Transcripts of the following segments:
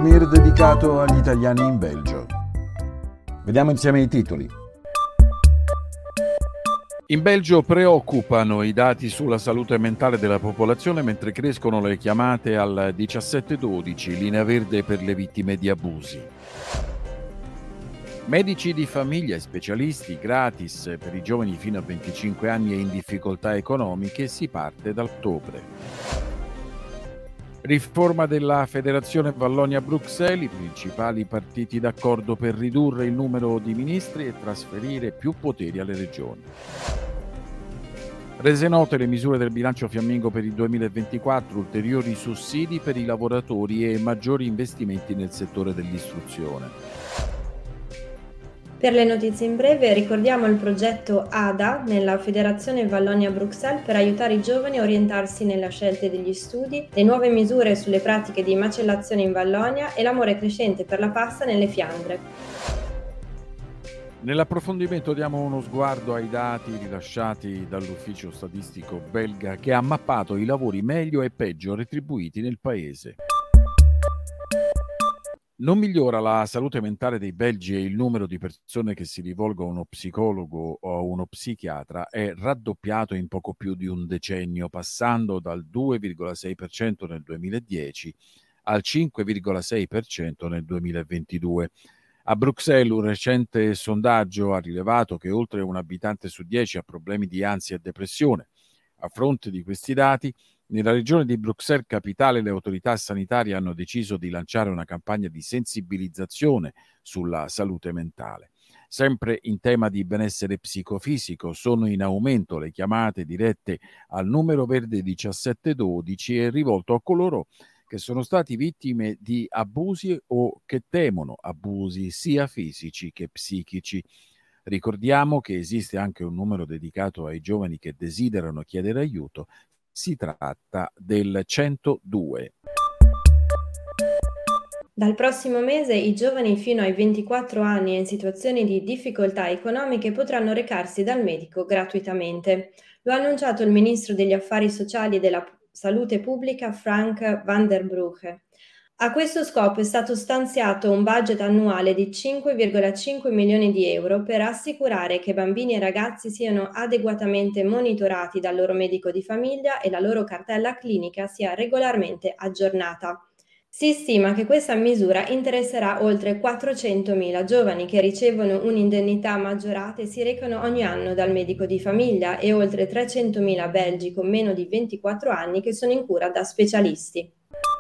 souvenir dedicato agli italiani in Belgio. Vediamo insieme i titoli. In Belgio preoccupano i dati sulla salute mentale della popolazione mentre crescono le chiamate al 1712, linea verde per le vittime di abusi. Medici di famiglia e specialisti gratis per i giovani fino a 25 anni e in difficoltà economiche, si parte da ottobre. Riforma della Federazione Vallonia-Bruxelles, i principali partiti d'accordo per ridurre il numero di ministri e trasferire più poteri alle regioni. Rese note le misure del bilancio fiammingo per il 2024, ulteriori sussidi per i lavoratori e maggiori investimenti nel settore dell'istruzione. Per le notizie in breve ricordiamo il progetto ADA nella Federazione Vallonia-Bruxelles per aiutare i giovani a orientarsi nella scelta degli studi, le nuove misure sulle pratiche di macellazione in Vallonia e l'amore crescente per la pasta nelle Fiandre. Nell'approfondimento diamo uno sguardo ai dati rilasciati dall'ufficio statistico belga che ha mappato i lavori meglio e peggio retribuiti nel paese. Non migliora la salute mentale dei belgi e il numero di persone che si rivolgono a uno psicologo o a uno psichiatra è raddoppiato in poco più di un decennio, passando dal 2,6% nel 2010 al 5,6% nel 2022. A Bruxelles un recente sondaggio ha rilevato che oltre un abitante su 10 ha problemi di ansia e depressione. A fronte di questi dati, nella regione di Bruxelles Capitale le autorità sanitarie hanno deciso di lanciare una campagna di sensibilizzazione sulla salute mentale. Sempre in tema di benessere psicofisico, sono in aumento le chiamate dirette al numero verde 1712 e rivolto a coloro che sono stati vittime di abusi o che temono abusi sia fisici che psichici. Ricordiamo che esiste anche un numero dedicato ai giovani che desiderano chiedere aiuto. Si tratta del 102. Dal prossimo mese i giovani fino ai 24 anni e in situazioni di difficoltà economiche potranno recarsi dal medico gratuitamente. Lo ha annunciato il ministro degli Affari Sociali e della Salute Pubblica Frank van der Broeke. A questo scopo è stato stanziato un budget annuale di 5,5 milioni di euro per assicurare che bambini e ragazzi siano adeguatamente monitorati dal loro medico di famiglia e la loro cartella clinica sia regolarmente aggiornata. Si stima che questa misura interesserà oltre 400.000 giovani che ricevono un'indennità maggiorata e si recano ogni anno dal medico di famiglia e oltre 300.000 belgi con meno di 24 anni che sono in cura da specialisti.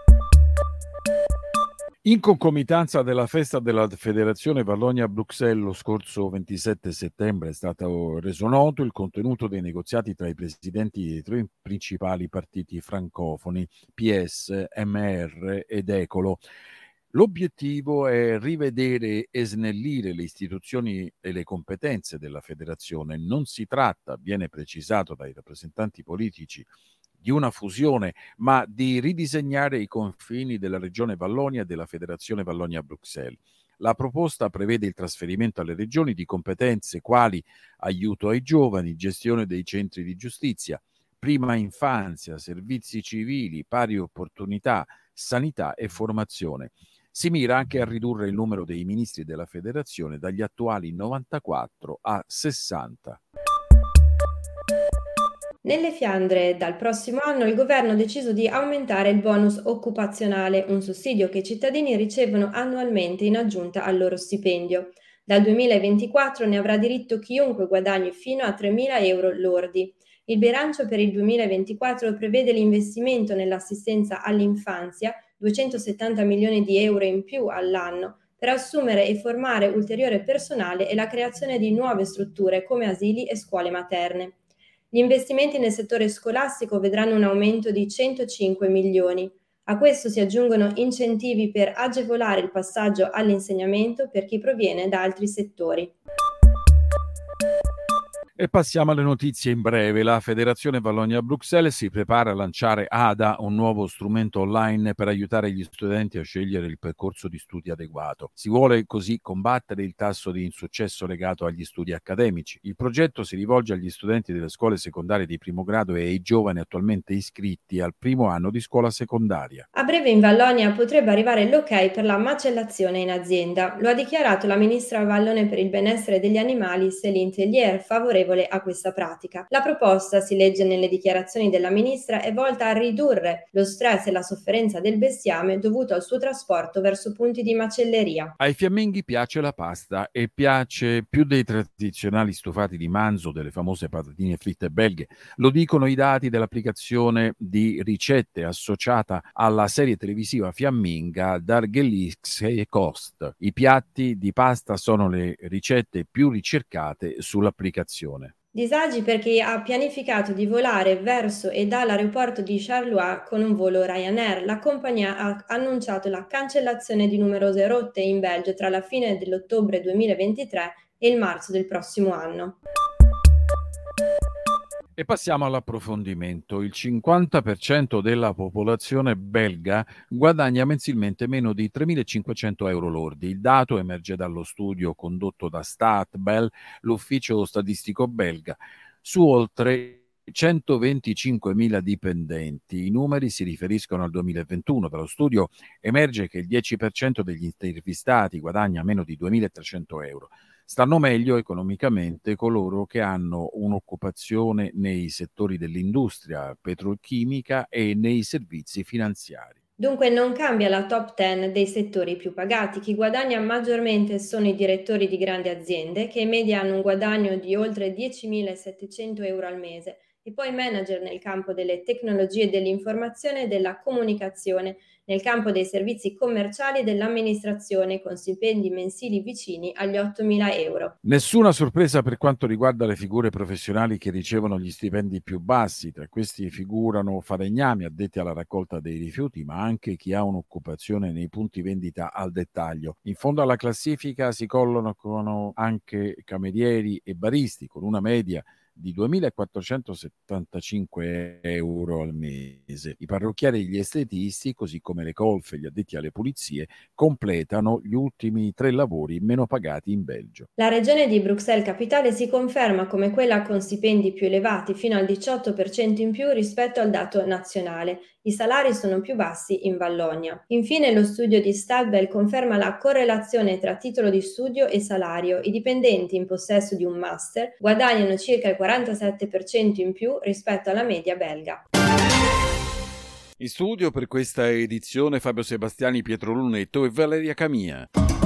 In concomitanza della festa della Federazione Vallonia-Bruxelles lo scorso 27 settembre è stato reso noto il contenuto dei negoziati tra i presidenti dei tre principali partiti francofoni, PS, MR ed Ecolo. L'obiettivo è rivedere e snellire le istituzioni e le competenze della federazione. Non si tratta, viene precisato dai rappresentanti politici, di una fusione, ma di ridisegnare i confini della regione Vallonia e della Federazione Vallonia-Bruxelles. La proposta prevede il trasferimento alle regioni di competenze quali aiuto ai giovani, gestione dei centri di giustizia, prima infanzia, servizi civili, pari opportunità, sanità e formazione. Si mira anche a ridurre il numero dei ministri della Federazione dagli attuali 94 a 60. Nelle Fiandre, dal prossimo anno, il governo ha deciso di aumentare il bonus occupazionale, un sussidio che i cittadini ricevono annualmente in aggiunta al loro stipendio. Dal 2024 ne avrà diritto chiunque guadagni fino a 3.000 euro lordi. Il bilancio per il 2024 prevede l'investimento nell'assistenza all'infanzia, 270 milioni di euro in più all'anno, per assumere e formare ulteriore personale e la creazione di nuove strutture come asili e scuole materne. Gli investimenti nel settore scolastico vedranno un aumento di 105 milioni. A questo si aggiungono incentivi per agevolare il passaggio all'insegnamento per chi proviene da altri settori. E passiamo alle notizie in breve. La Federazione Vallonia-Bruxelles si prepara a lanciare ADA, un nuovo strumento online per aiutare gli studenti a scegliere il percorso di studi adeguato. Si vuole così combattere il tasso di insuccesso legato agli studi accademici. Il progetto si rivolge agli studenti delle scuole secondarie di primo grado e ai giovani attualmente iscritti al primo anno di scuola secondaria. A breve in Vallonia potrebbe arrivare l'ok per la macellazione in azienda. Lo ha dichiarato la ministra vallone per il benessere degli animali, Céline Tellier, favorevole a questa pratica. La proposta, si legge nelle dichiarazioni della ministra, è volta a ridurre lo stress e la sofferenza del bestiame dovuto al suo trasporto verso punti di macelleria. Ai fiamminghi piace la pasta e piace più dei tradizionali stufati di manzo, delle famose patatine fritte belghe. Lo dicono i dati dell'applicazione di ricette associata alla serie televisiva fiamminga Dargelix e Kost. I piatti di pasta sono le ricette più ricercate sull'applicazione. Disagi per chi ha pianificato di volare verso e dall'aeroporto di Charleroi con un volo Ryanair. La compagnia ha annunciato la cancellazione di numerose rotte in Belgio tra la fine dell'ottobre 2023 e il marzo del prossimo anno. E passiamo all'approfondimento. Il 50% della popolazione belga guadagna mensilmente meno di 3.500 euro lordi. Il dato emerge dallo studio condotto da Statbel, l'ufficio statistico belga, su oltre 125.000 dipendenti. I numeri si riferiscono al 2021. Dallo studio emerge che il 10% degli intervistati guadagna meno di 2.300 euro. Stanno meglio economicamente coloro che hanno un'occupazione nei settori dell'industria petrolchimica e nei servizi finanziari. Dunque non cambia la top 10 dei settori più pagati. Chi guadagna maggiormente sono i direttori di grandi aziende, che in media hanno un guadagno di oltre 10.700 euro al mese, e poi manager nel campo delle tecnologie dell'informazione e della comunicazione, nel campo dei servizi commerciali e dell'amministrazione, con stipendi mensili vicini agli 8.000 euro. Nessuna sorpresa per quanto riguarda le figure professionali che ricevono gli stipendi più bassi. Tra questi figurano falegnami addetti alla raccolta dei rifiuti, ma anche chi ha un'occupazione nei punti vendita al dettaglio. In fondo alla classifica si collocano anche camerieri e baristi, con una media di 2.475 euro al mese. I parrucchieri e gli estetisti, così come le colfe e gli addetti alle pulizie, completano gli ultimi 3 lavori meno pagati in Belgio. La regione di Bruxelles Capitale si conferma come quella con stipendi più elevati, fino al 18% in più rispetto al dato nazionale. I salari sono più bassi in Vallonia. Infine lo studio di Statbel conferma la correlazione tra titolo di studio e salario. I dipendenti in possesso di un master guadagnano circa il 47% in più rispetto alla media belga. In studio per questa edizione Fabio Sebastiani, Pietro Lunetto e Valeria Camia.